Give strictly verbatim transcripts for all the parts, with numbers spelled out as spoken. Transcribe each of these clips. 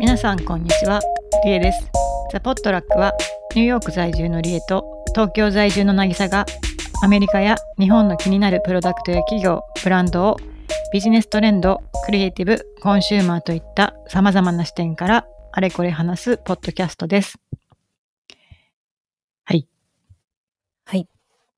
皆さんこんにちは、リエです。ザ・ポットラックはニューヨーク在住のリエと東京在住の渚がアメリカや日本の気になるプロダクトや企業、ブランドをビジネストレンド、クリエイティブ、コンシューマーといった様々な視点からあれこれ話すポッドキャストです。はい。 はい。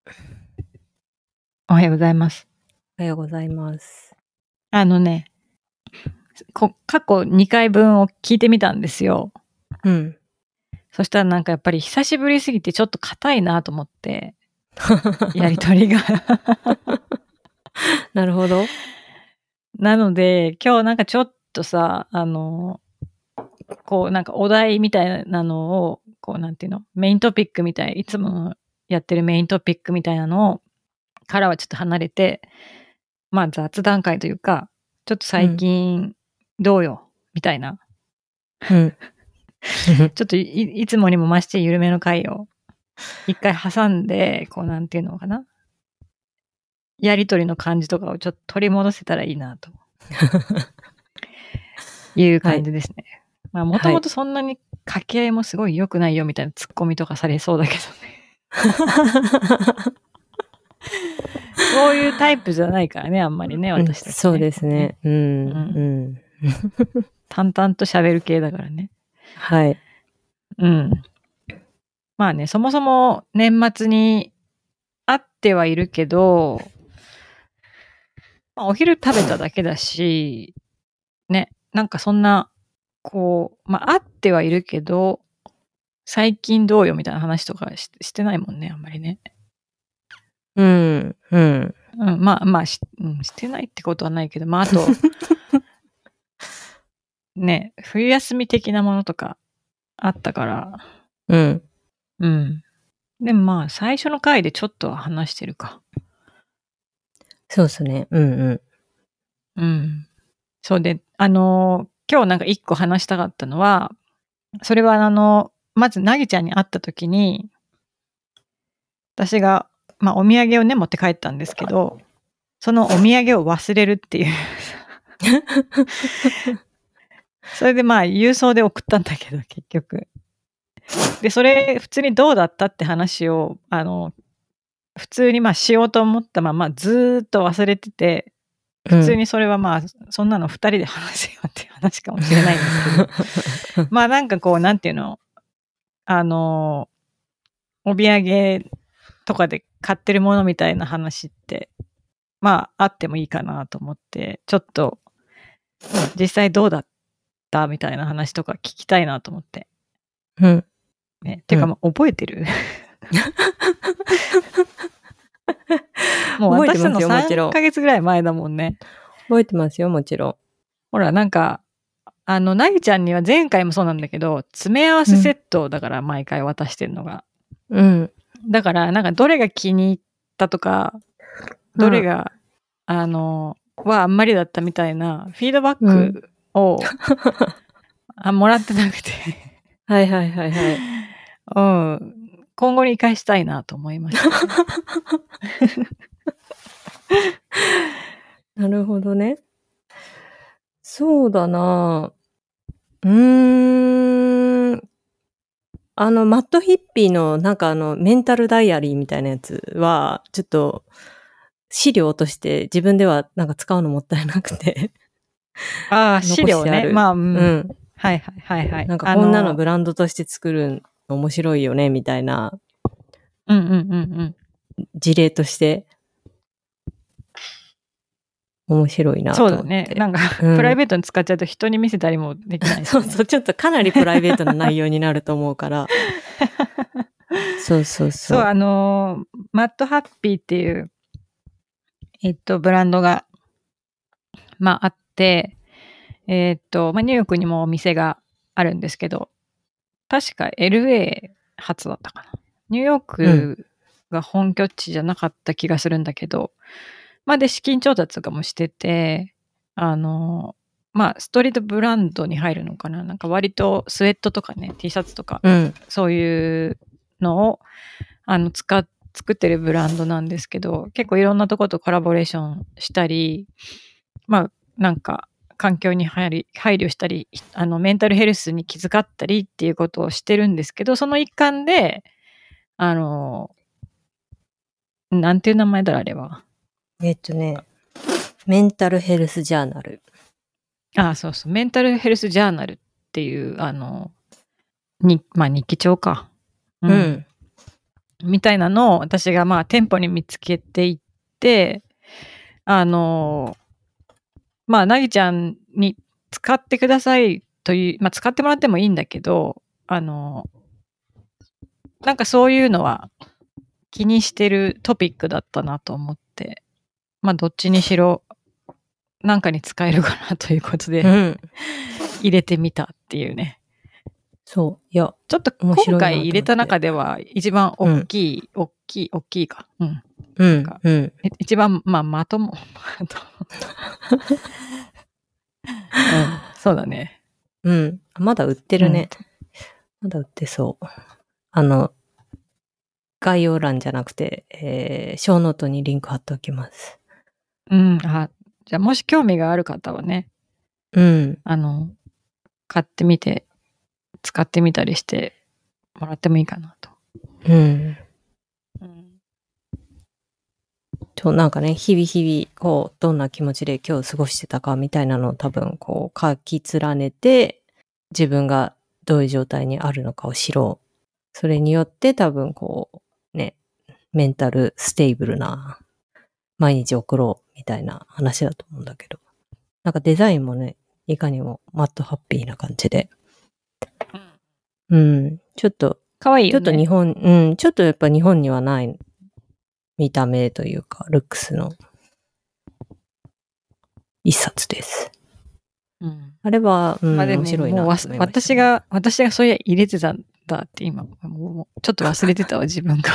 おはようございます。 おはようございます。 あのね、こ過去にかいぶんを聞いてみたんですよ。 うん。 そしたらなんかやっぱり久しぶりすぎてちょっと硬いなと思って、やりとりが。 なるほど。 なので、今日なんかちょっとさ、あの、こうなんかお題みたいなのを、こうなんていうの、メイントピックみたい、いつもやってるメイントピックみたいなのを、からはちょっと離れて、まあ雑談会というか、ちょっと最近どうよ、みたいな。 うん。 ちょっと い, いつもにも増して緩めの回を一回挟んで、こうなんていうのかな。やりとりの感じとかをちょっと取り戻せたらいいなという感じですね。はい、まあもともとそんなに掛け合いもすごい良くないよみたいなツッコミとかされそうだけどね。そういうタイプじゃないからね、あんまりね、私たち、ね、 そうですね。うん。うん。 淡々と喋る系だからね。 はい。 うん。まあね、そもそも年末に会ってはいるけど、まあ、お昼食べただけだし、ね、なんかそんな、こう、まあ会ってはいるけど、最近どうよみたいな話とか し, してないもんね、あんまりね。 うん、うん。 うん、まあまあし、うん、してないってことはないけど、まああと、ね、冬休み的なものとかあったから。 うん。 うん。でもまあ、最初の回でちょっとは話してるか。 そうですね。うんうん。 うん。そうで、あの、今日なんか一個話したかったのは、それはあの、まずなぎちゃんに会った時に、私が、まあお土産をね、持って帰ったんですけど、そのお土産を忘れるっていう。それでまあ郵送で送ったんだけど、結局。で、それ普通にどうだったって話を、あの、普通にまあしようと思ったままずっと忘れてて、普通にそれはまあ、そんなのふたりで話せよっていう話かもしれないんですけど、まあなんかこう、なんていうの、あの、お土産とかで買ってるものみたいな話って、まああってもいいかなと思って、ちょっと実際どうだったみたいな話とか聞きたいなと思って。 うん。 ね、てかもう覚えてる？もう私のさんかげつぐらい前だもんね。 覚えてますよ、もちろん。 ほら、なんか、あの、なぎちゃんには前回もそうなんだけど、詰め合わせセットだから毎回渡してるのが。 うん。 だから、なんかどれが気に入ったとか、どれが、うん、あの、はあんまりだったみたいなフィードバックを、うん、あもらってなくて。 はいはいはいはい。 うん。今後に生かしたいなと思いました。 なるほどね。そうだな。うーん。あの、マットヒッピーのなんかあの、メンタルダイアリーみたいなやつは、ちょっと、資料として自分ではなんか使うのもったいなくて。 ああ、資料ね。まあ、うん。 うん。 はいはいはいはい。 なんかこんなのブランドとして作るの面白いよね、みたいな。 うんうんうんうん。 事例として。面白いなと思って。 そうだね。なんか、うん、プライベートに使っちゃうと人に見せたりもできないし、ね、 そうそう、ちょっとかなりプライベートな内容になると思うから。そうそうそう。 そう、あのー、マットハッピーっていう、えっと、ブランドが、まあ、あって、えっと、まあ、ニューヨークにもお店があるんですけど、確か エルエー 発だったかな。ニューヨークが本拠地じゃなかった気がするんだけど、うん、まあ、で、資金調達とかもしてて、あの、まあ、ストリートブランドに入るのかな。なんか割とスウェットとかね、T シャツとか、 うん、 そういうのを、あの、使っ、作ってるブランドなんですけど、結構いろんなとことコラボレーションしたり、まあ、なんか、 環境に配慮配慮したり、あのメンタルヘルスに気遣ったりっていうことをしてるんですけど、その一環で、あの、なんていう名前だろ、あれは。 えっとね、メンタルヘルスジャーナル。 ああ、そうそう。メンタルヘルスジャーナルっていう、あの、に、まあ日記帳か。 うん。うん、 みたいなのを私がまあ店舗に見つけていって、あの、まあ、なぎちゃんに使ってくださいという、まあ、使ってもらってもいいんだけど、あの、なんかそういうのは気にしてるトピックだったなと思って、まあ、どっちにしろ、なんかに使えるかなということで、 うん、 入れてみたっていうね。 そう。いや、 ちょっと今回入れた中では一番大きい、うん、大きい、大きいか。うん。 うん、うん。 一番、まあ、まとも、まとも。うん、そうだね。 うん。まだ売ってるね。うん、まだ売ってそう。あの、概要欄じゃなくて、えー、ショーノートにリンク貼っておきます。 うん。あ、じゃあもし興味がある方はね、 うん。 あの、買ってみて、使ってみたりしてもらってもいいかなと。 うん。うん、と、なんかね、日々日々、こう、どんな気持ちで今日過ごしてたかみたいなのを多分、こう、書き連ねて、自分がどういう状態にあるのかを知ろう。それによって多分、こう、ね、メンタルステーブルな毎日送ろうみたいな話だと思うんだけど。なんかデザインもね、いかにもマットハッピーな感じで。うん。ちょっと、 かわいいよね。 ちょっと日本、うん、ちょっとやっぱ日本にはない見た目というか、ルックスの一冊です。うん、あれは、うん、まあ、面白いなと思いました、ね。 私が、私がそういや入れてたんだって今、もうちょっと忘れてたわ、自分が。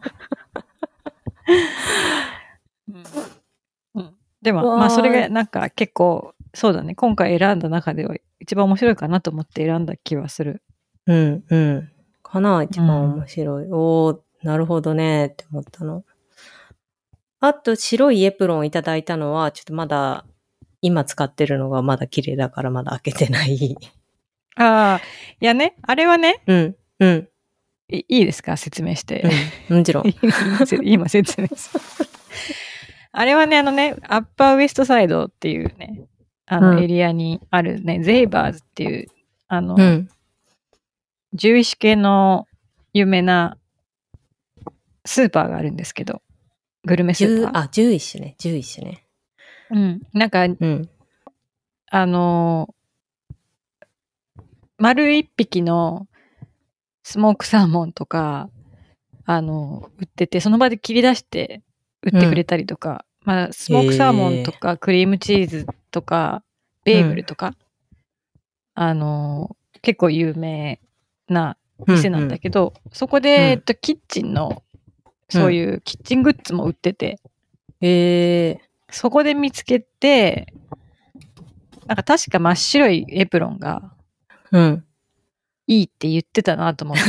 うんうん、でも、まあそれがなんか結構、そうだね、今回選んだ中では一番面白いかなと思って選んだ気はする。 うん、うん。かな、一番面白い。うん、おー、なるほどね、って思ったの。あと、白いエプロンをいただいたのは、ちょっとまだ、今使ってるのがまだ綺麗だからまだ開けてない。 ああ、いやね、あれはね、 うん、うん。 いいいですか説明して。 うん、もちろん。 今説明する。あれはね、あのね、アッパーウエストサイドっていうね、あのエリアにあるね、うん、ゼイバーズっていう、あの、うん、ジューイッシュ系の有名なスーパーがあるんですけど、グルメスーパー。 あ、ジューイッシュね、ジューイッシュね。 うん。なんか、うん、あの、丸一匹のスモークサーモンとか、あの、売ってて、その場で切り出して売ってくれたりとか、うん、まあ、スモークサーモンとか、クリームチーズとか、ベーグルとか、うん、あの、結構有名な店なんだけど、うんうん、そこで、えっと、キッチンの、そういうキッチングッズも売ってて、 うん、えー、 そこで見つけて、なんか確か真っ白いエプロンが、うん、いいって言ってたなと思って、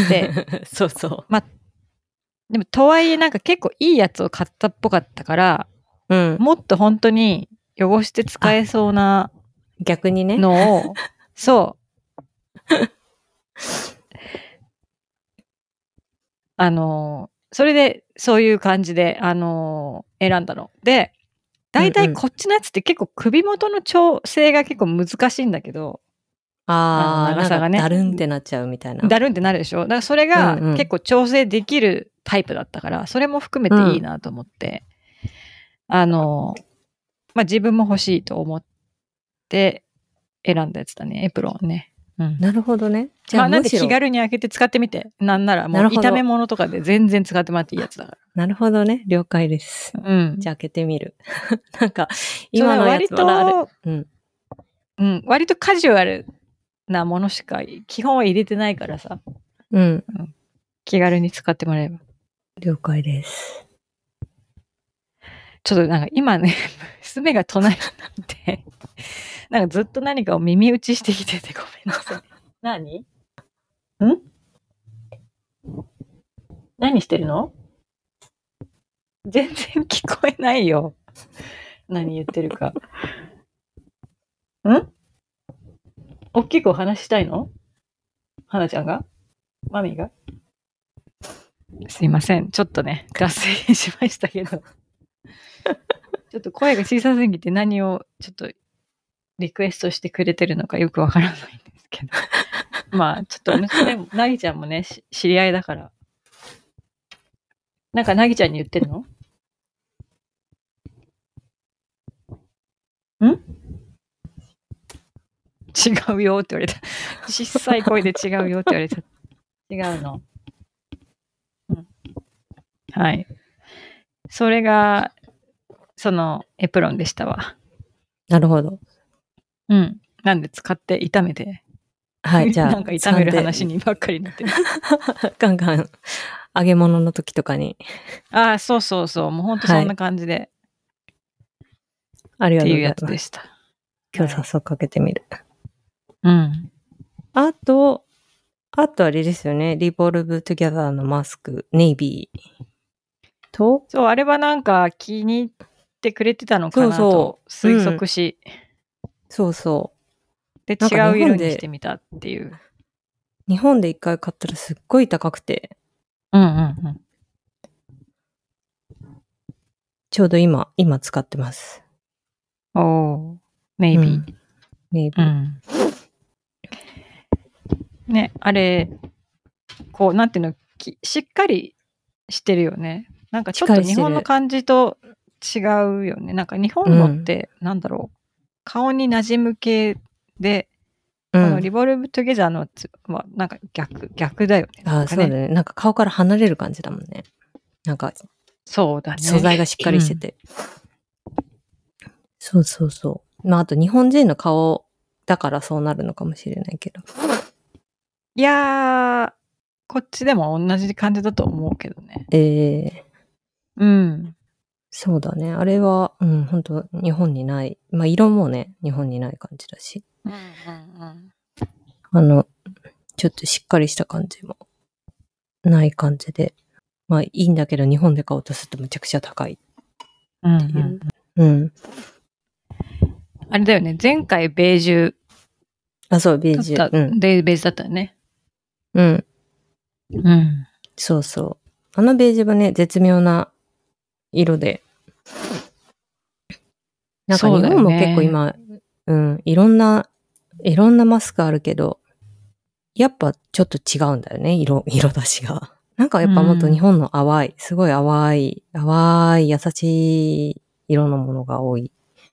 そうそう。 まあ、でもとはいえなんか結構いいやつを買ったっぽかったから、うん、もっと本当に汚して使えそうな逆にねのを、そうあのそれでそういう感じであの選んだので、だいたいこっちのやつって結構首元の調整が結構難しいんだけど、 ああ、長さがね、だるんってなっちゃうみたいな。 だるんってなるでしょ。だからそれが結構調整できるタイプだったから、うんうん、それも含めていいなと思って、うん、あの、まあ、自分も欲しいと思って選んだやつだね、エプロンね。うん、 なるほどね。 じゃあ、まあ、なんで気軽に開けて使ってみて。なんならもう炒め物とかで全然使ってもらっていいやつだから。 なるほどね。了解です。 うん。 じゃあ開けてみる。なんか、今のやつはあれ、 割と、うん、うん、割とカジュアルなものしか基本は入れてないからさ。 うん。うん、 気軽に使ってもらえば。 了解です。 ちょっとなんか今ね、娘が隣になって、なんかずっと何かを耳打ちしてきててごめんなさい。何？ん？何してるの？全然聞こえないよ。何言ってるか。 ん大きくお話したいの？花ちゃんが？マミーが？すいません。ちょっとね、脱線しましたけど。ちょっと声が小さすぎて何をちょっとリクエストしてくれてるのかよくわからないんですけど。まあ、ちょっと娘も、なぎちゃんもね、し知り合いだから。なんかなぎちゃんに言ってんの？ん？違うよって言われた。小さい声で違うよって言われた。違うの。うん。はい。それが、そのエプロンでしたわ。 なるほど。 うん。なんで使って炒めて。 はい、じゃあ、 なんか炒める話にばっかりなってる。 ガンガン揚げ物の時とかに。 ああ、そうそうそう。もうほんとそんな感じで。 ありがとうございます。 っていうやつでした。 今日早速かけてみる。 うん。 あと、あとあれですよね。Revolve Together のマスク、ネイビー。と、 そう、あれはなんか気に入ってくれてたのかなと推測し。 そうそう。 で、違う色にしてみたっていう。 日本で一回買ったらすっごい高くて。 うんうんうん。 ちょうど今、今使ってます。 おー、ネイビー。うん、 ネイビー。うん。 ね、あれ、こう、なんていうの、しっかりしてるよね。なんかちょっと日本の感じと違うよね。なんか日本のって、なんだろう、顔に馴染む系で、このリボルブトゥゲザーのやつはなんか逆、逆だよね。 ああ、そうだね。なんか顔から離れる感じだもんね。なんか、 そうだね。 素材がしっかりしてて。うん、そうそうそう。まあ、あと日本人の顔だからそうなるのかもしれないけど。 いやー、こっちでも同じ感じだと思うけどね。 ええー。 うん。 そうだね。あれは、うん、本当日本にない。まあ、色もね、日本にない感じだし。 うんうんうん。 あの、ちょっとしっかりした感じもない感じで。まあ、いいんだけど、日本で買おうとするとむちゃくちゃ高いっていう。うん、うん。うん。 あれだよね。前回ベージュ。 あ、そう、ベージュ。 うん。で、ベージュだったよね。 うん。 うん。 そうそう。あのベージュはね、絶妙な色で。なんか日本も結構今、う, ね、うん、いろんな、いろんなマスクあるけど、やっぱちょっと違うんだよね、色、色出しが。なんかやっぱもっと日本の淡い、すごい淡い、淡い、優しい色のものが多い。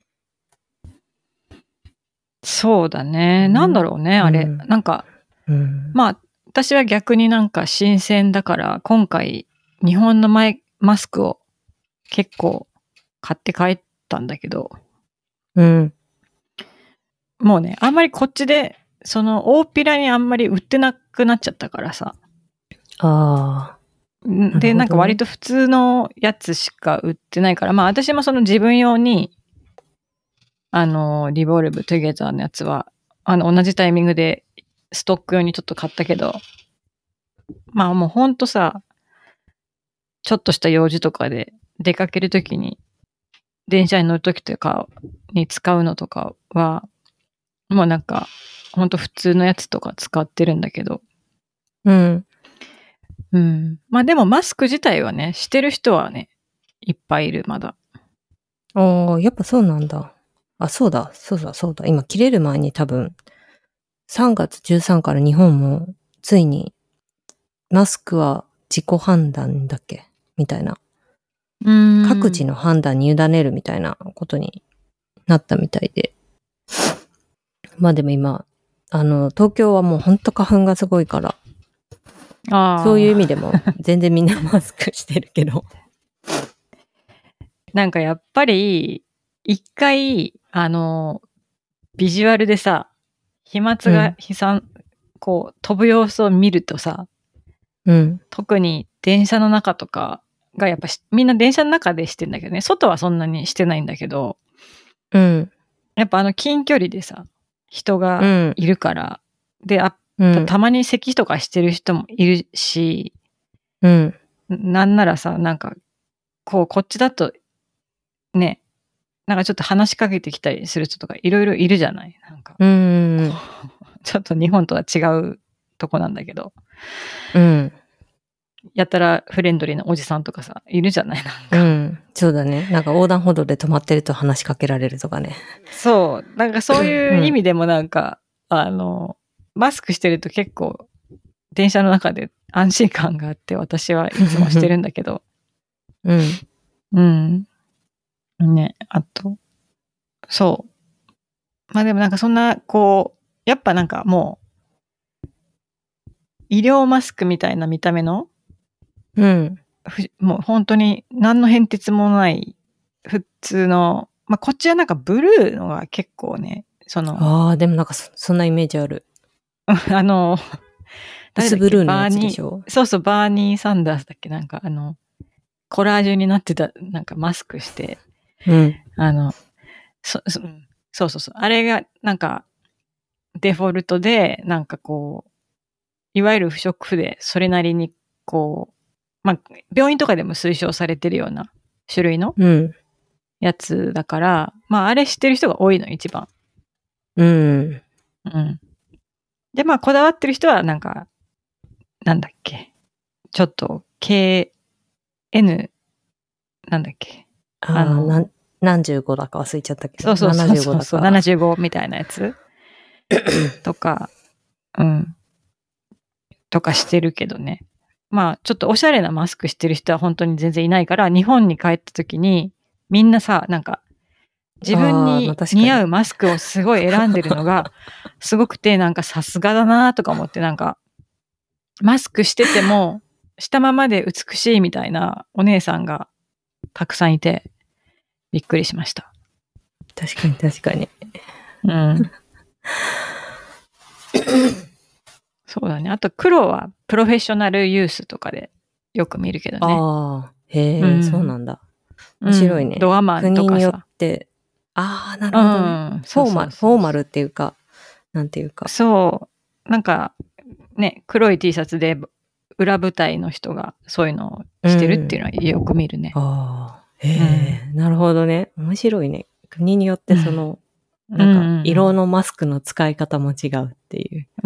そうだね。うん、なんだろうね、あれ。うん、なんか、うん、まあ、私は逆になんか新鮮だから、今回、日本のママスクを結構買って帰ったんだけど、 うん。 もうね、あんまりこっちで、その大っぴらにあんまり売ってなくなっちゃったからさ。 ああ。 で、なんか割と普通のやつしか売ってないから、まあ私もその自分用に、あの、リボルブトゥゲザーのやつは、あの、同じタイミングでストック用にちょっと買ったけど、まあもうほんとさ、ちょっとした用事とかで出かけるときに、電車に乗るときとかに使うのとかは、もうなんか、ほんと普通のやつとか使ってるんだけど。 うん。 うん。まあでもマスク自体はね、してる人はね、いっぱいいる、まだ。 ああ、やっぱそうなんだ。あ、そうだ、そうだ、そうだ。今切れる前に多分、さんがつじゅうさんから日本もついにマスクは自己判断だっけみたいな。 うん各自の判断に委ねるみたいなことになったみたいで。まあでも今、あの、東京はもうほんと花粉がすごいから、あそういう意味でも全然みんなマスクしてるけど。 なんかやっぱり、一回、あの、ビジュアルでさ、飛沫が飛散、うん、こう、飛ぶ様子を見るとさ、 うん、 特に電車の中とかがやっぱみんな電車の中でしてんだけどね、外はそんなにしてないんだけど、 うん、 やっぱあの近距離でさ、人がいるから、うん、で、あ、うん、たまに咳とかしてる人もいるし、 うん、 なんならさ、なんか、こう、こっちだと、ね、 なんかちょっと話しかけてきたりする人とかいろいろいるじゃないなんか。 うん。 ちょっと日本とは違うとこなんだけど。 うん。 やたらフレンドリーなおじさんとかさ、いるじゃないなんか。 うん。そうだね。なんか横断歩道で止まってると話しかけられるとかね。 そう。なんかそういう意味でもなんか、うん、あの、マスクしてると結構電車の中で安心感があって私はいつもしてるんだけど。 うん。 うん。ね、あと、そう。まあでもなんかそんな、こう、やっぱなんかもう、医療マスクみたいな見た目の、 うん。 もう本当に何の変哲もない普通の、まあこっちはなんかブルーのが結構ね、その。 ああ、でもなんか そ, そんなイメージある。 あの、 薄ブルーのやつでしょ？ そうそう、バーニー・サンダースだっけなんかあの、コラージュになってた、なんかマスクして、 うん。 あの、そ、そ、そうそうそう。あれが、なんか、デフォルトで、なんかこう、いわゆる不織布で、それなりに、こう、まあ、病院とかでも推奨されてるような種類のやつだから、うん、まあ、あれ知ってる人が多いの、一番。 うん。 うん。で、まあ、こだわってる人は、なんか、なんだっけ。ちょっと、ケーエヌ、なんだっけ。 ああの、何十五だか忘れちゃったけど。 そうそうそうそうそう。ななじゅうごみたいなやつとか、うん。とかしてるけどね。まあ、ちょっとおしゃれなマスクしてる人は本当に全然いないから、日本に帰った時に、みんなさ、なんか、自分に似合うマスクをすごい選んでるのが、すごくて、なんかさすがだなとか思って、なんか、マスクしてても、したままで美しいみたいなお姉さんがたくさんいて、びっくりしました。 確かに確かに。 うん。そうだね。あと黒はプロフェッショナルユースとかでよく見るけどね。 ああ、へえ、うん、そうなんだ。面白いね。 うん、ドアマンとかさ。 国によって、ああ、なるほど、ね。うん、フォーマル、フォーマルっていうか、なんていうか。 そう。なんか、ね、黒い T シャツで裏舞台の人がそういうのをしてるっていうのはよく見るね。 うん、ああ、へえ、うん、なるほどね。面白いね。国によってその、うん、なんか色のマスクの使い方も違うっていう。 うん。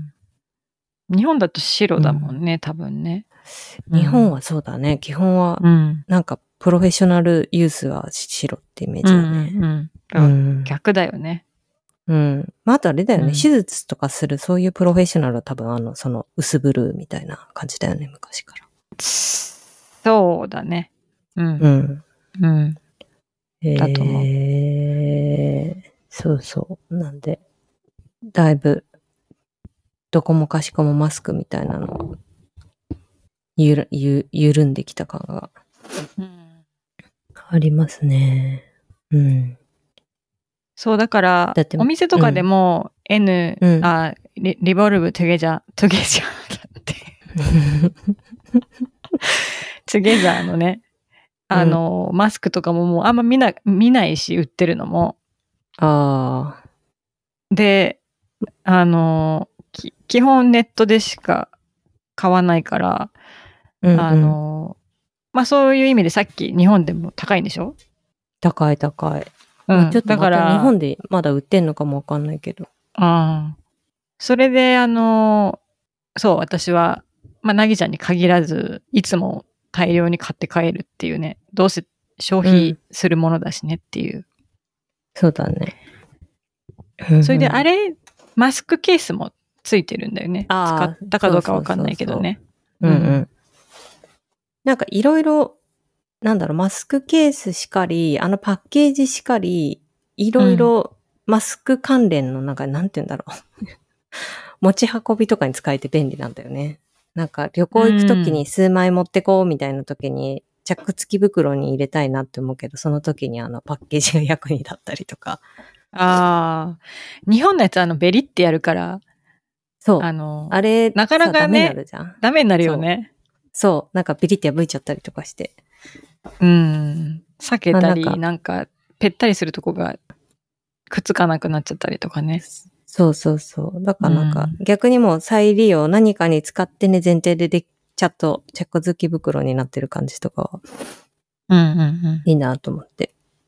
日本だと白だもんね、うん、多分ね。 日本はそうだね。基本は、なんかプロフェッショナルユースは白ってイメージだね。 うんうんうん、逆だよね。 うん。まあ、あとあれだよね、うん。手術とかするそういうプロフェッショナルは多分あの、その薄ブルーみたいな感じだよね、昔から。 そうだね。うん。 うん。 うん。だと思う。 えー、そうそう。なんで、だいぶ、どこもかしこもマスクみたいなのゆる、ゆ、緩んできた感が、ありますね。うん。 そう、だから、お店とかでも、うん、N、うん、あリ、リボルブトゥゲジャー、トゥゲジャーだって。トゥゲザーのね、あの、うん、マスクとかももうあんま見な、見ないし、売ってるのも。 ああ。 で、あの、基本ネットでしか買わないから、うんうん、あの、まあ、そういう意味でさっき日本でも高いんでしょ？ 高い高い。 うん、 ちょっとまた日本でまだ売ってんのかもわかんないけど。 ああ。それで、あの、そう、私は、まあ、なぎちゃんに限らず、いつも大量に買って帰るっていうね、どうせ消費するものだしねっていう。うん、 そうだね。 それで、あれ、マスクケースもついてるんだよね。使ったかどうかわかんないけどね。 うんうん。なんかいろいろ、なんだろう、マスクケースしかり、あのパッケージしかり、いろいろマスク関連のなんか、なんて言うんだろう。持ち運びとかに使えて便利なんだよね。なんか旅行行くときに数枚持ってこうみたいなときに、チャック付き袋に入れたいなって思うけど、その時にあのパッケージが役に立ったりとか。 ああ。日本のやつあのベリってやるから、 そう。 あの、 あれ、 なかなかね、ダメになるじゃん。ダメになるよね。 そう。そうなんかビリって破いちゃったりとかして。 うん。避けたり、なんか、なんかぺったりするとこがくっつかなくなっちゃったりとかね。 そうそうそう。だからなんか、うん、逆にもう再利用何かに使ってね前提ででちゃんとチャック付き袋になってる感じとかは、 うんうんうん、 いいなと思って。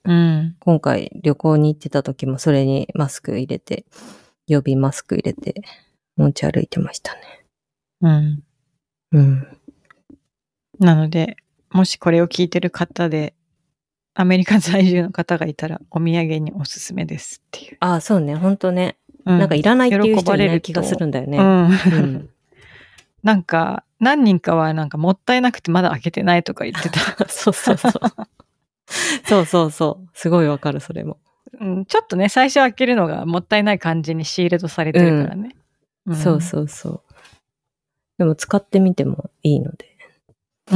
うん。 今回旅行に行ってた時もそれにマスク入れて、予備マスク入れて持ち歩いてましたね。 うん。 うん。 なので、もしこれを聞いてる方で、アメリカ在住の方がいたらお土産におすすめですっていう。 ああ、そうね、ほんとね。 うん、 なんかいらないっていう人いな喜ばれるい気がするんだよね。 と、うん。 うん。 なんか、何人かはなんかもったいなくてまだ開けてないとか言ってた。 そうそうそう。そうそうそう。すごいわかる、それも。 うん、ちょっとね、最初開けるのがもったいない感じにシールドされてるからね。 うん、そうそうそう。でも使ってみてもいいので。 うん。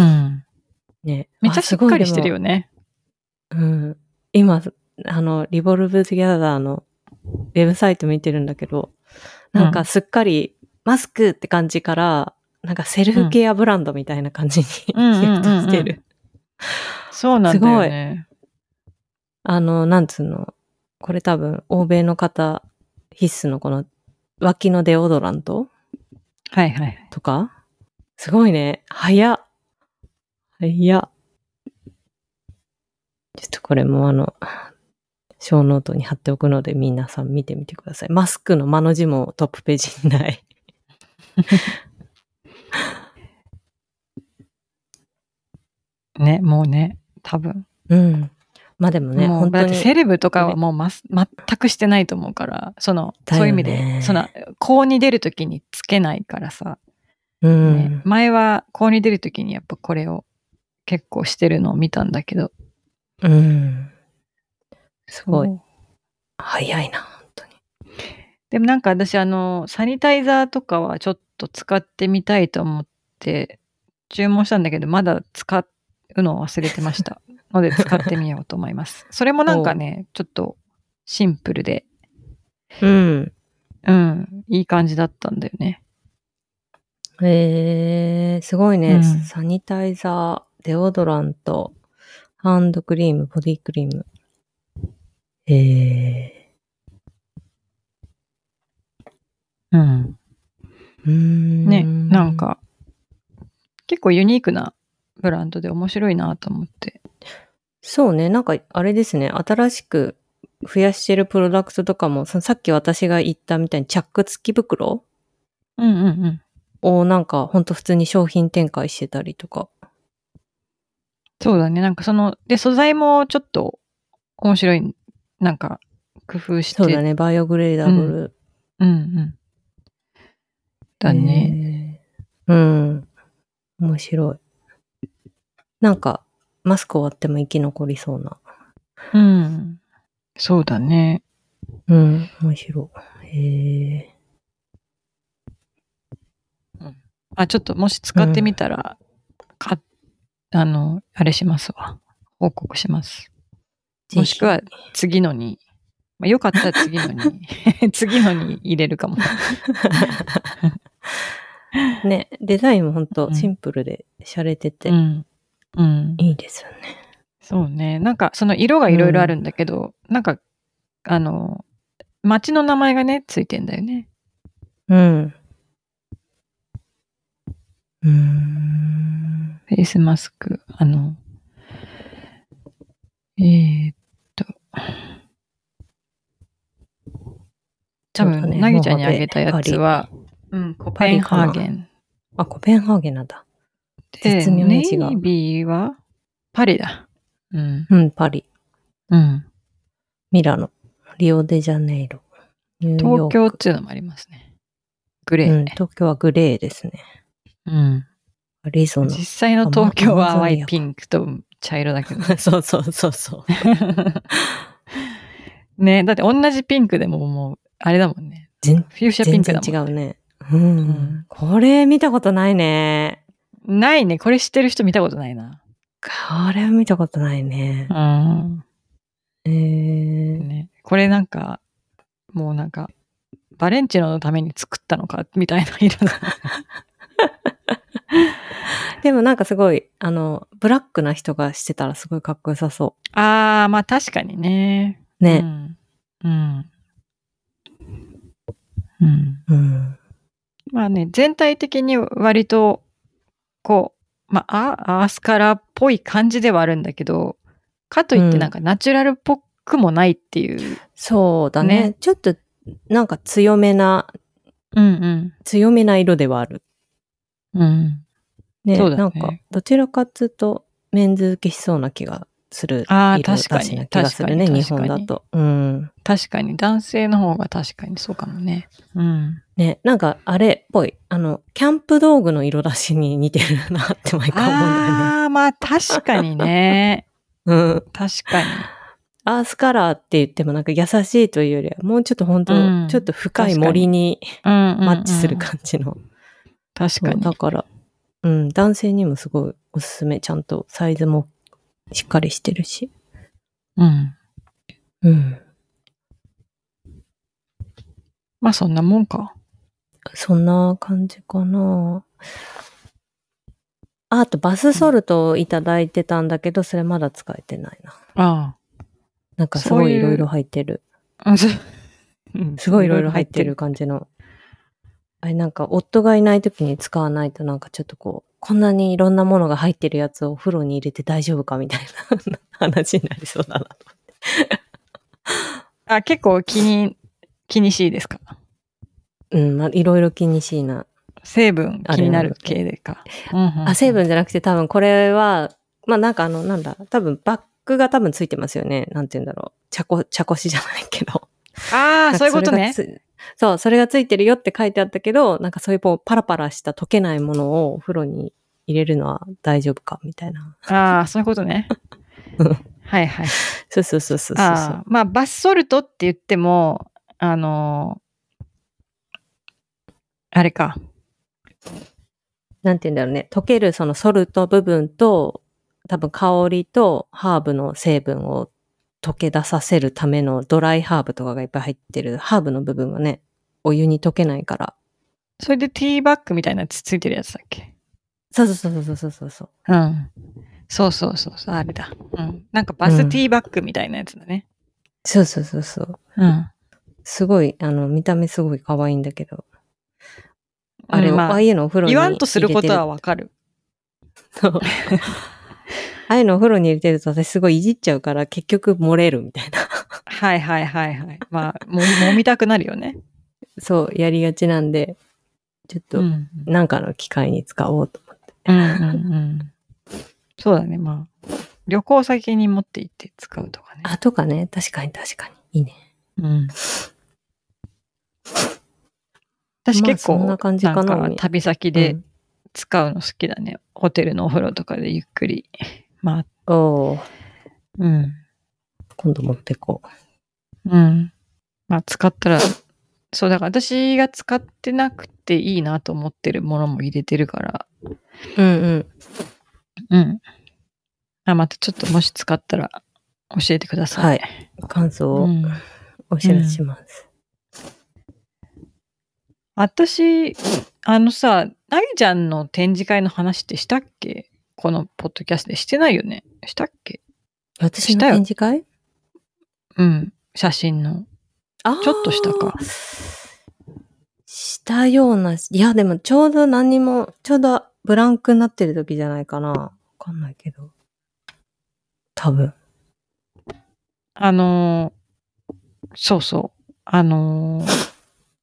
ね。 めっちゃしっかりしてるよね。 うん。今、あの、リボルブギャザーのウェブサイト見てるんだけど、なんかすっかりマスクって感じから、なんかセルフケアブランドみたいな感じにシフトしてる。 そうなんだよね。 あの、なんつうの、これ多分、欧米の方必須のこの脇のデオドラントはいはい。 とかすごいね。早っ。早っ。ちょっとこれもあの、小ノートに貼っておくので皆さん見てみてください。マスクの間の字もトップページにない。 ね、もうね、多分。 うん。まあでもね、 もう本当に。 だってセレブとかはもう、ま、全くしてないと思うから、その、 ね、 そういう意味で、その、校に出るときにつけないからさ。 うんね、前は校に出るときにやっぱこれを結構してるのを見たんだけど。 うん。すごい。早いな、本当に。 でもなんか私あの、サニタイザーとかはちょっと使ってみたいと思って注文したんだけど、まだ使うのを忘れてました。ので使ってみようと思います。それもなんかね、ちょっとシンプルで。 うん。 うん。いい感じだったんだよね。 へえー、すごいね、うん。サニタイザー、デオドラント、ハンドクリーム、ボディクリーム。へえー。うん。 うーん。 ね、なんか、結構ユニークなブランドで面白いなと思って。 そうね、なんかあれですね、新しく増やしてるプロダクトとかも、そのさっき私が言ったみたいにチャック付き袋うんうんうん。 をなんかほんと普通に商品展開してたりとか。 そうだね。なんかその、で、素材もちょっと面白い、なんか工夫して。 そうだね、バイオグレーダブル。 うん、うん、うんだね。 うん。面白い。なんか、マスク終わっても生き残りそうな。 うん。そうだね。 うん、面白い。へえ。 うん。あ、ちょっともし使ってみたら、うん、か、あの、あれしますわ。報告します。もしくは次のに、まあ、よかったら次のに、次のに入れるかも。 ね、デザインもほんとシンプルで洒落てて、 うん。うん。 いいですよね。 そうね。なんかその色がいろいろあるんだけど、うん、なんか、あの、街の名前がね、ついてんだよね。 うん。うーん。 フェイスマスク、あの、えー、っと、多分、ね、なぎちゃんにあげたやつは、うん、コペンハーゲン。 あ、コペンハーゲンなんだ。 絶妙に違う。ネイビーはパリだ。 うん。うん、パリ。 うん。 ミラノ。リオデジャネイロ。 ニューヨーク。東京っていうのもありますね。グレー。 うん、東京はグレーですね。 うん。 アリゾナ。 実際の東京は淡いピンクと茶色だけど、ね。 そうそうそうそう。 ね、だって同じピンクでももう、あれだもんね。 全フューシャピンクだもん、 ね。全然違うね。うん。うん、これ見たことないね。 ないね。これ知ってる人見たことないな。 これは見たことないね。 うん。 えー、 ね。これなんか、もうなんか、バレンチノのために作ったのか、みたいな色だ。 でもなんかすごい、あの、ブラックな人がしてたらすごいかっこよさそう。 あー、まあ確かにね。 ね。 うん。うん。うん。 うん、 まあね、全体的に割と、こう、まあ、アースカラーっぽい感じではあるんだけど、 かといってなんかナチュラルっぽくもないっていう。 そうだね。 ねちょっとなんか強めな、 うんうん。 強めな色ではある。 うん。 ね、 そうだねなんかどちらかっつうとメンズ受けしそうな気がするああ、 色確かに。 だしな気がするね、 確かに日本だと。うん。 確かに。男性の方が確かにそうかもね。うん。 ね、なんかあれっぽい。あの、キャンプ道具の色出しに似てるなって毎回思うんだよね。 ああ、まあ確かにね。 うん。 確かに。 アースカラーって言ってもなんか優しいというよりは、もうちょっと本当、 うんちょっと深い森にうんうんうんマッチする感じの。 確かに。 だから、うん、男性にもすごいおすすめ。ちゃんとサイズもしっかりしてるし。 うん。 うん。 まあそんなもんか。 そんな感じかな。あ、あとバスソルトをいただいてたんだけど、それまだ使えてないな。 ああ。 なんかすごいいろいろ入ってる。 うん、 すごいいろいろ入ってる感じの。あれなんか夫がいない時に使わないとなんかちょっとこう、こんなにいろんなものが入ってるやつをお風呂に入れて大丈夫かみたいな話になりそうだなと思って。 あ、結構気に、気にしいですか？ うん、まあいろいろ気にしいな。 成分気になる系でか。うんうんうん、 あ、成分じゃなくて多分これは、まあなんかあの、なんだ、多分バッグが多分ついてますよね。なんて言うんだろう。茶こ、茶こしじゃないけど。 ああ、そういうことね。 そう、それがついてるよって書いてあったけど、なんかそういうこうパラパラした溶けないものをお風呂に入れるのは大丈夫かみたいな。 ああ、そういうことね。はいはい。 そうそうそうそうそう。 あまあ、バスソルトって言っても、あのー、あれか。 なんて言うんだろうね。溶けるそのソルト部分と、多分香りとハーブの成分を溶け出させるためのドライハーブとかがいっぱい入ってる。ハーブの部分はね、お湯に溶けないから。 それでティーバッグみたいなやつついてるやつだっけ？ そうそうそうそうそうそう。 うん。そうそうそうそう、あれだ。うん。なんかバスティーバッグみたいなやつだね。 うん、そうそうそうそう。 うん。すごい、あの、見た目すごい可愛いんだけど。あれを、うんまあ、ああいうのお風呂に言わんとすることはわかる。 そう。ああいうのお風呂に入れてると私すごいいじっちゃうから結局漏れるみたいな。 はいはいはいはい。まあ、も、揉みたくなるよね。 そう、やりがちなんで、ちょっと、なんかの機会に使おうと思って。 うんうんうん。そうだね、まあ。旅行先に持って行って使うとかね。 あ、とかね。確かに確かに。いいね。 うん。私結構、まあ、そんな感じかな。なんか旅先で使うの好きだね。うん、ホテルのお風呂とかでゆっくり。まあ。 おー。 うん。 今度持ってこう。うん。まあ使ったら、そうだから私が使ってなくていいなと思ってるものも入れてるから。 うんうん。 うん。あ、またちょっともし使ったら教えてください。 はい。感想をお知らせします。 うん、私、あのさ、なぎちゃんの展示会の話ってしたっけ？このポッドキャストでしてないよね？したっけ？ 私の展示会？ うん。写真の。ちょっとしたか。 したような、いやでもちょうど何にも、ちょうどブランクになってる時じゃないかな。わかんないけど。多分。 あのー、そうそう。あのー、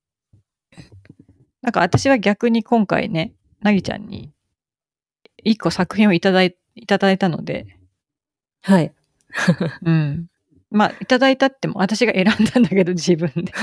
なんか私は逆に今回ね、なぎちゃんに一個作品をいただい、いただいたので。 はい。 うん。まあ、いただいたっても私が選んだんだけど、自分で。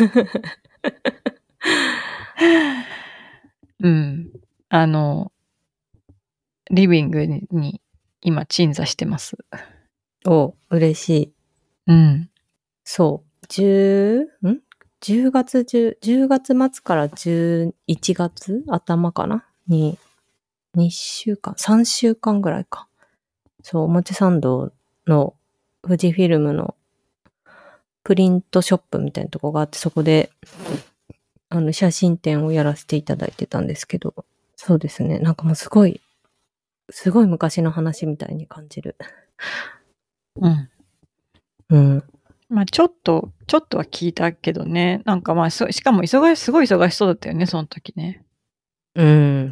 うん。あの、リビングに、に今鎮座してます。 お、嬉しい。 うん。 そう。十、ん ?じゅう 月中、じゅうがつ末からじゅういちがつ頭かなに、にしゅうかん、さんしゅうかんぐらいか。そう、表参道の富士フィルムのプリントショップみたいなとこがあって、そこで、あの、写真展をやらせていただいてたんですけど、そうですね。なんかもうすごい、すごい昔の話みたいに感じる。 うん。 うん。 まあちょっと、ちょっとは聞いたけどね。なんかまあ、しかも忙し、すごい忙しそうだったよね、その時ね。 うん、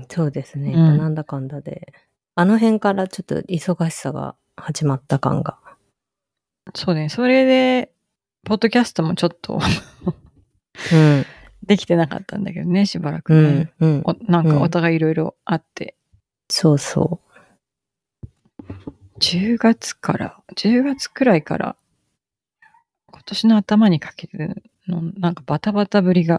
そうですね。やっぱなんだかんだで。うん、あの辺からちょっと忙しさが始まった感がそうね。それで、ポッドキャストもちょっとうん。 できてなかったんだけどね、しばらくうね。 ん。うん。 おなんかおうん。 互いいろいろあって。 そうそじゅうがつから、じゅうがつくらいから、今年の頭にかけての、なんかバタバタぶりが、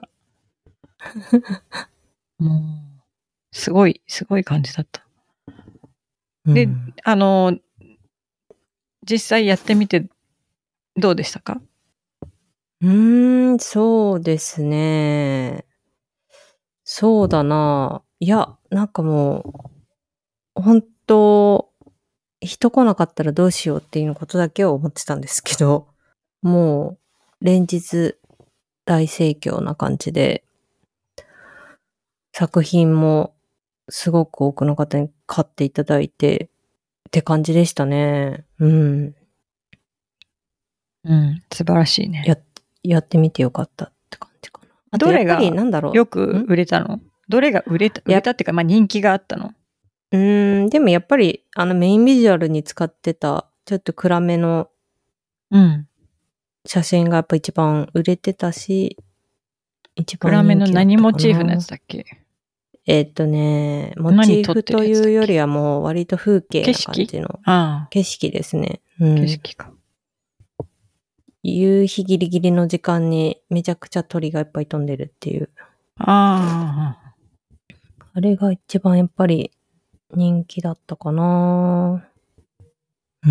もう、すごい、すごい感じだった。 う。うで、 ん。 あの、実際やってみて、どうでしたか？ うーん、そうですね。そうだな。いや、なんかもう、本当人来なかったらどうしようっていうことだけを思ってたんですけど、もう、連日大盛況な感じで、作品もすごく多くの方に買っていただいてって感じでしたね。うん。 うん、素晴らしいね。 や、やってみてよかったって感じかな。あとどれやっぱりがなんだろう。 よく売れたの？どれが売れた、売れたっていうか、まあ人気があったの？ うーん、でもやっぱりあのメインビジュアルに使ってたちょっと暗めのうん。 写真がやっぱ一番売れてたし、一番暗めの人気だったかな。 何モチーフのやつだっけ？ えーっとね、モチ何撮ってーフとるやつだっけ？ いうよりはもう割と風景な感じのああ、 景色ですね。う景ん。 色か。 夕日ギリギリの時間にめちゃくちゃ鳥がいっぱい飛んでるっていう。 ああ、 あれが一番やっぱり人気だったかな。うん。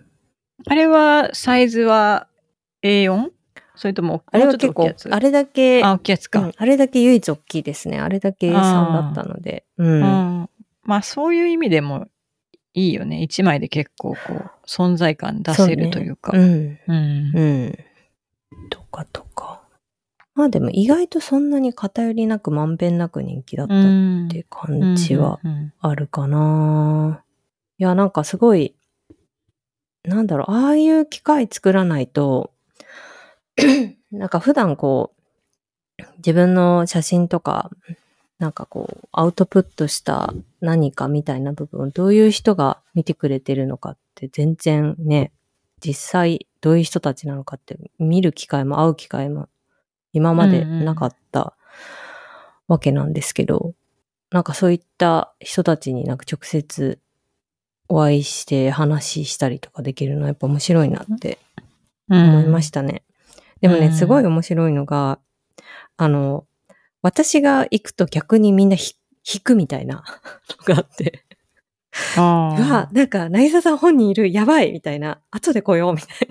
あれは、サイズは エーよん？ それとも、 あれもうちょっとは結構、 大きいやつ？ あれだけ、 あ、大きいやつか。 うん、あれだけ唯一大きいですね。あれだけ エースリー だったので。う。 うんん。まあ、そういう意味でもいいよね。一枚で結構こう、存在感出せるというか。 そうね。 ううん。 ん。 うん。とかとか。まあでも意外とそんなに偏りなくまんべんなく人気だったって感じはあるかな。いや、なんかすごい、なんだろう、ああいう機械作らないと、なんか普段こう、自分の写真とか、なんかこう、アウトプットした何かみたいな部分をどういう人が見てくれてるのかって全然ね、実際どういう人たちなのかって見る機会も会う機会も今までなかったわけなんですけど、なんかそういった人たちになんか直接お会いして話したりとかできるのはやっぱ面白いなって思いましたね。でもね、すごい面白いのが、あの、私が行くと逆にみんなひ引くみたいなのがあって。うわ、なんか、なぎささん本人いる、やばいみたいな。後で来ようみたい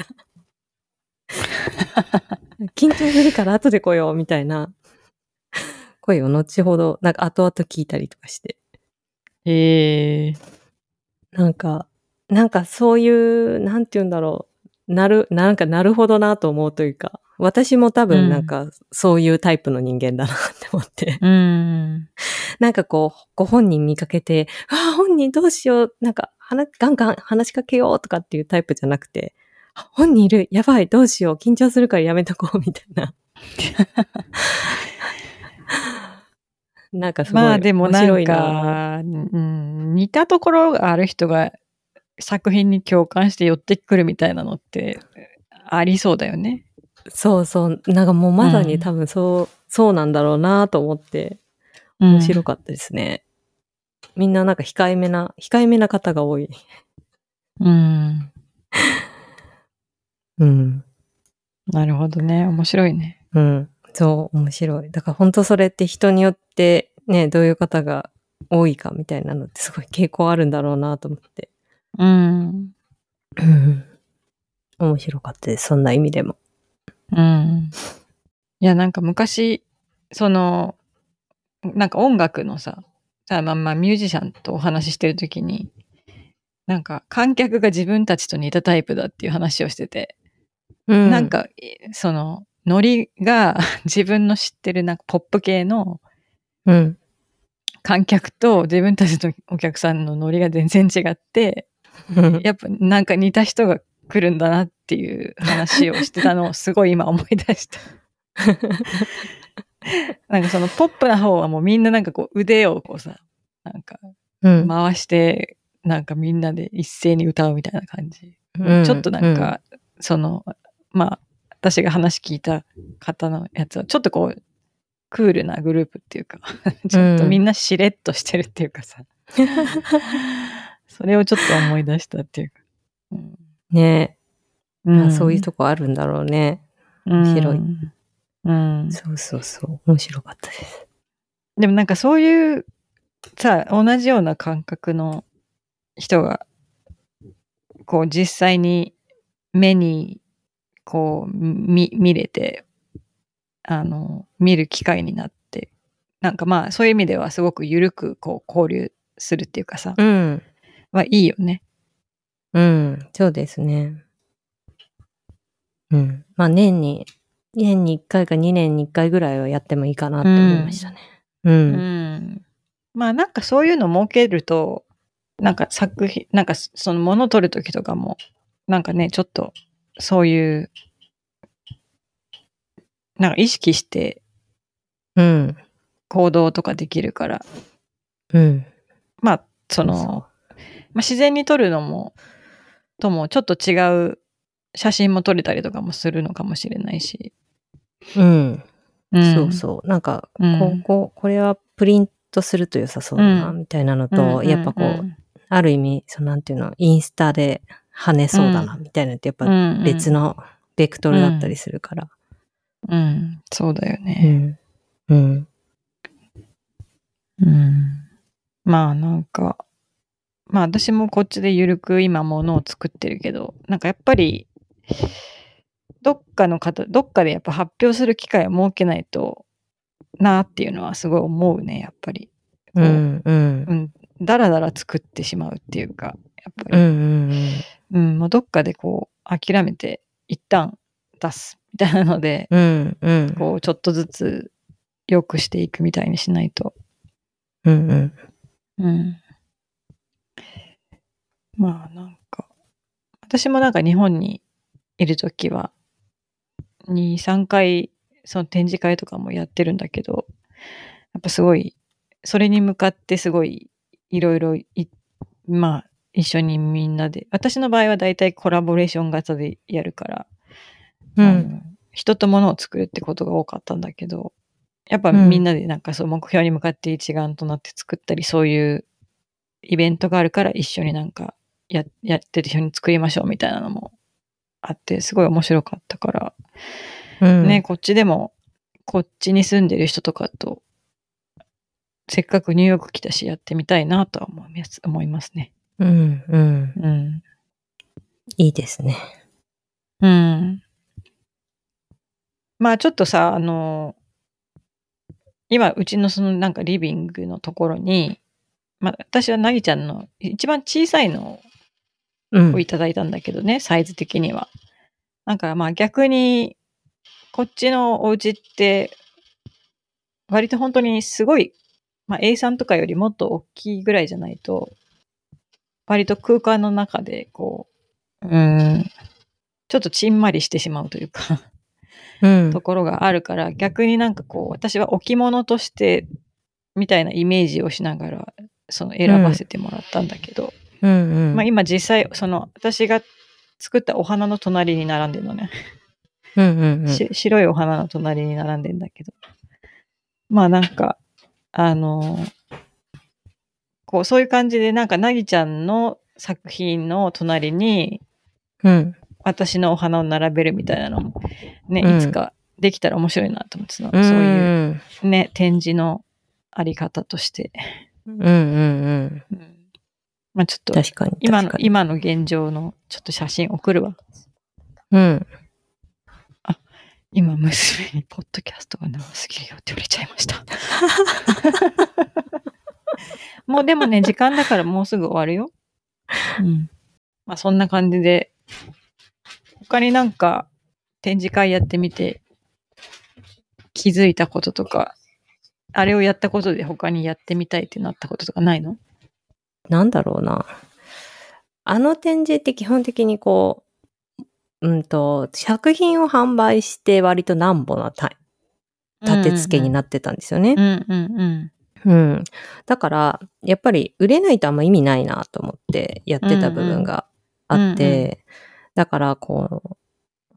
な。緊張するから後で来ようみたいな声を後ほど、なんか後々聞いたりとかして。 へえ。 なんか、なんかそういう、なんて言うんだろう。なる、なんかなるほどなと思うというか、私も多分なんかそういうタイプの人間だなって思って。 うん。 なんかこう、ご本人見かけて、ああ、本人どうしよう、なんか、ガンガン話しかけようとかっていうタイプじゃなくて、本人いる、やばい、どうしよう、緊張するからやめとこう、みたいな。なんかすごいまあでも面なん白いな。 か、うん、似たところがある人が作品に共感して寄ってくるみたいなのってありそうだよね。 そうそう。なんかもうまさに多分そう、うん、そうなんだろうなと思って、面白かったですね。うん、みんななんか控えめな、控えめな方が多い。 うん。 うん。 なるほどね。面白いね。 うん。そう、面白い。だから本当それって人によってね、どういう方が多いかみたいなのってすごい傾向あるんだろうなと思って。 うん。 うん。面白かったです。そんな意味でも。 うん。いや、なんか昔、その、なんか音楽のさ、まあまあミュージシャンとお話ししてるときに、なんか観客が自分たちと似たタイプだっていう話をしてて、うん、なんか、その、ノリが自分の知ってるなんかポップ系の観客と自分たちのお客さんのノリが全然違って、やっぱなんか似た人が来るんだなっていう話をしてたのをすごい今思い出した。なんかそのポップな方はもうみんななんかこう腕をこうさ、なんか回して、なんかみんなで一斉に歌うみたいな感じ。うん、ちょっとなんかその、まあ、私が話聞いた方のやつは、ちょっとこう、クールなグループっていうか、ちょっとみんなしれっとしてるっていうかさ、うん、それをちょっと思い出したっていうか。うん、 ねえ、うん、そういうととこあるんだろうね。面白い。 うんうん、 そうそうそう。面白かったです。 でもなんかそういうさ、同じような感覚の人が、こう実際に目にこう見、見れて、あの、見る機会になって、なんかまあそういう意味ではすごく緩くこう交流するっていうかさ、 うん。 はいいよね。 うん、そうですね。うん。まあ年に、年にいっかいかにねんにいっかいぐらいはやってもいいかなって思いましたね。うん。 うん。まあなんかそういうの設けると、なんか作品、なんかその物を撮るときとかも、なんかね、ちょっとそういう、なんか意識してうん。 行動とかできるから、 うん。 まあその、 そうそう、 まあ、自然に撮るのも、ともちょっと違う写真も撮れたりとかもするのかもしれないし。 うん。 うん、 そうそう。なんか、 うん、 ここ、これはプリントすると良さそうだな、 うん、 みたいなのうん、 と、やっぱこう、 うん、 ある意味、そのなんていうの、インスタで跳ねそうだな、みたいなのってやっぱ別のベクトルだったりするから。 うん、うん、そうだようね。 ん。うん。 うん。まあなんか、まあ私もこっちでゆるく今ものを作ってるけど、なんかやっぱり、どっかの方、どっかでやっぱ発表する機会を設けないとなっていうのはすごい思うね、やっぱり。こう、うん、うん。だらだら作ってしまうっていうか、やっぱり。 うんうんうん。 うん、もうどっかでこう、諦めて、一旦出すみたいなので、 うんうん。 こう、ちょっとずつ良くしていくみたいにしないと。 うんうん。 うん。まあなんか、私もなんか日本にいるときは、に、さんかいその展示会とかもやってるんだけど、やっぱすごい、それに向かってすごいいろいろ、まあ一緒にみんなで、私の場合はだいたいコラボレーション型でやるから、 うん、 あの人と物を作るってことが多かったんだけど、やっぱうん、 みんなでなんかそう目標に向かって一丸となって作ったり、そういうイベントがあるから一緒になんかややってる一緒に作りましょうみたいなのもあって、すごい面白かったから、 うん、 ね、こっちでも、こっちに住んでる人とかと、せっかくニューヨーク来たしやってみたいなとは思います、思いますね。 うん、うん。 うん。 いいですね。 うん。まあちょっとさ、あの、今、うちのそのなんかリビングのところに、まあ私はなぎちゃんの一番小さいのをいただいたんだけどね、うん、サイズ的には。なんかまあ逆に、こっちのお家って、割と本当にすごい、まあ エースリー とかよりもっと大きいぐらいじゃないと、割と空間の中でこう、うーん、ちょっとちんまりしてしまうというかうん、ところがあるから、逆になんかこう、私は置物として、みたいなイメージをしながら、その選ばせてもらったんだけど、 うんうん、 まあ今実際、その私が作ったお花の隣に並んでるのね。 うんうんうん、 し白いお花の隣に並んでんだけど。まあなんか、あの、こう、そういう感じで、なんか、なぎちゃんの作品の隣に、 うん、 私のお花を並べるみたいなのも、ね、うん、いつかできたら面白いなと思って、その、 うん、 そういうね、展示のあり方として。 うんうんうん。うん、 まあちょっと、 確かに今の、今の現状のちょっと写真送るわ。 うん。 あ、今娘にポッドキャストが長すぎるよって言われちゃいました。もうでもね、時間だからもうすぐ終わるよ。うん。まあそんな感じで、他になんか展示会やってみて気づいたこととか、あれをやったことで他にやってみたいってなったこととかないの？ なんだろうな。あの展示って基本的にこう、うんと、作品を販売して割となんぼな立て付けになってたんですよね。 うんうんうん。 うん。だから、やっぱり売れないとあんま意味ないなと思ってやってた部分があって、うんうん、だからこう、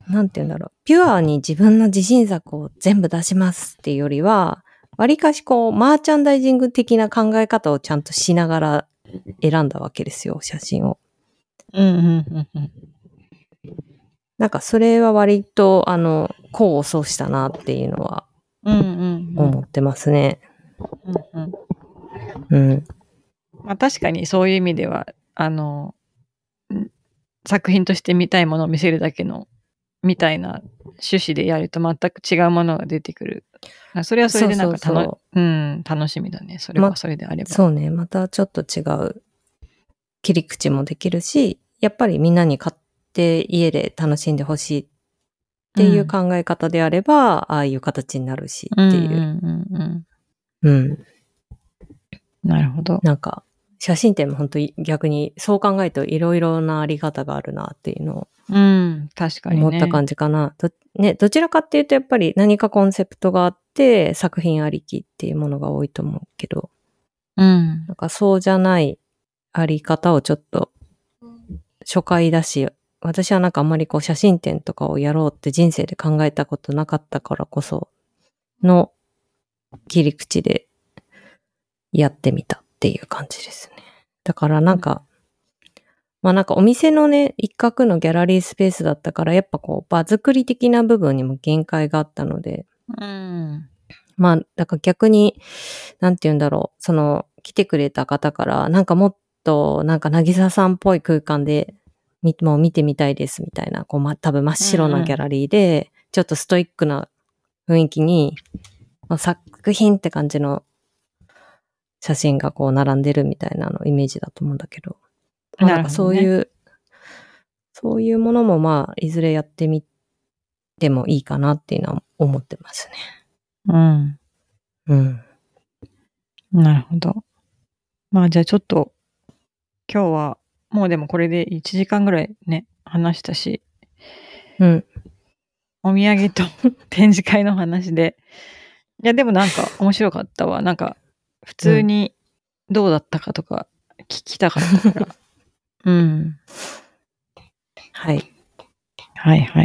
なんて言うんだろう、ピュアに自分の自信作を全部出しますっていうよりは、わりかしこう、マーチャンダイジング的な考え方をちゃんとしながら選んだわけですよ、写真を。 うんうんうんうん。 なんかそれは割と、あの、功を奏したなっていうのはうんうんうん。 思ってますね。 うんうん。 うん。 まあ確かにそういう意味では、あの、ん作品として見たいものを見せるだけの、みたいな趣旨でやると全く違うものが出てくる。あそれはそれでなんかそうそう楽、うん、楽しみだね。それまはそれであれば。 そうね、またちょっと違う切り口もできるし、やっぱりみんなに買って家で楽しんでほしいっていう考え方であれば、ああいう形になるしっていう。 うんうんうんうん。 うん。なるほど。 なんか、写真展も本当に逆にそう考えるといろいろなあり方があるなっていうのをうん、確かにね。 思った感じかな。どね、どちらかっていうとやっぱり何かコンセプトがあって作品ありきっていうものが多いと思うけど、 うんなんかそうじゃないあり方をちょっと初回だし、私はなんかあんまりこう写真展とかをやろうって人生で考えたことなかったからこその切り口でやってみたっていう感じですね。だからなんか、まあなんかお店のね、一角のギャラリースペースだったから、やっぱこう場作り的な部分にも限界があったので、 うんまあ、だから逆に、なんて言うんだろう、その、来てくれた方から、なんかもっと、なんか、なぎささんっぽい空間で、みもう見てみたいですみたいな、こう、ま、多分真っ白なギャラリーで、ちょっとストイックな雰囲気に、まあ作品って感じの写真がこう並んでるみたいなのイメージだと思うんだけど、まあなんかそういう、 なるそういうものもまあ、いずれやってみてもいいかなっていうのは思ってますね。 うん。 うん。 なるほど。まあじゃあちょっと、今日は、もうでもこれでいちじかんぐらいね、話したし、 うん。 お土産と展示会の話で、いやでもなんか面白かったわ。なんか、普通にどうだったかとか聞きたかったから。うん。 はい。 はいはい。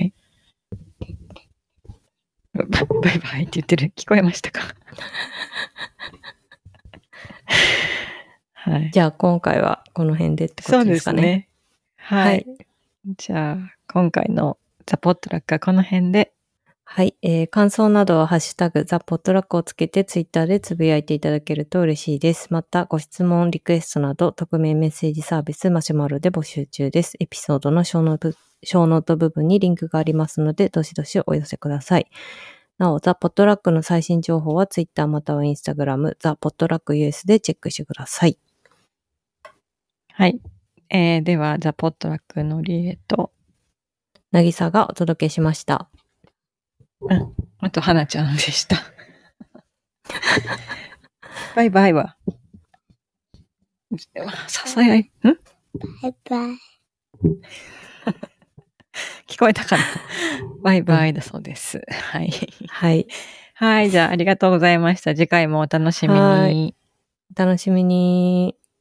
ババイバイって言ってる。聞こえましたか？はい。 じゃあ今回はこの辺でってこそうでとですかね。 すね。はい。 はい。 じゃあ、今回のザ・ポットラックはこの辺で。 はい、えー。感想などはハッシュタグザ・ポットラックをつけてツイッターでつぶやいていただけると嬉しいです。また、ご質問、リクエストなど匿名メッセージサービスマシュマロで募集中です。エピソードのショーノート、ショーノート部分にリンクがありますので、どしどしお寄せください。なお、ザ・ポットラックの最新情報はツイッターまたはインスタグラム、ザ・ポットラック ユーエス でチェックしてください。 はい。えー、では、ザ・ポットラックのリエと、 なぎさがお届けしました。 うん。あと、はなちゃんでした。バイバイは。ささやい、んバイバイ。 聞こえたかな？バイバイだそうです。はい。 はい。 はい。じゃあ、ありがとうございました。次回もお楽しみはいに。 お楽しみに。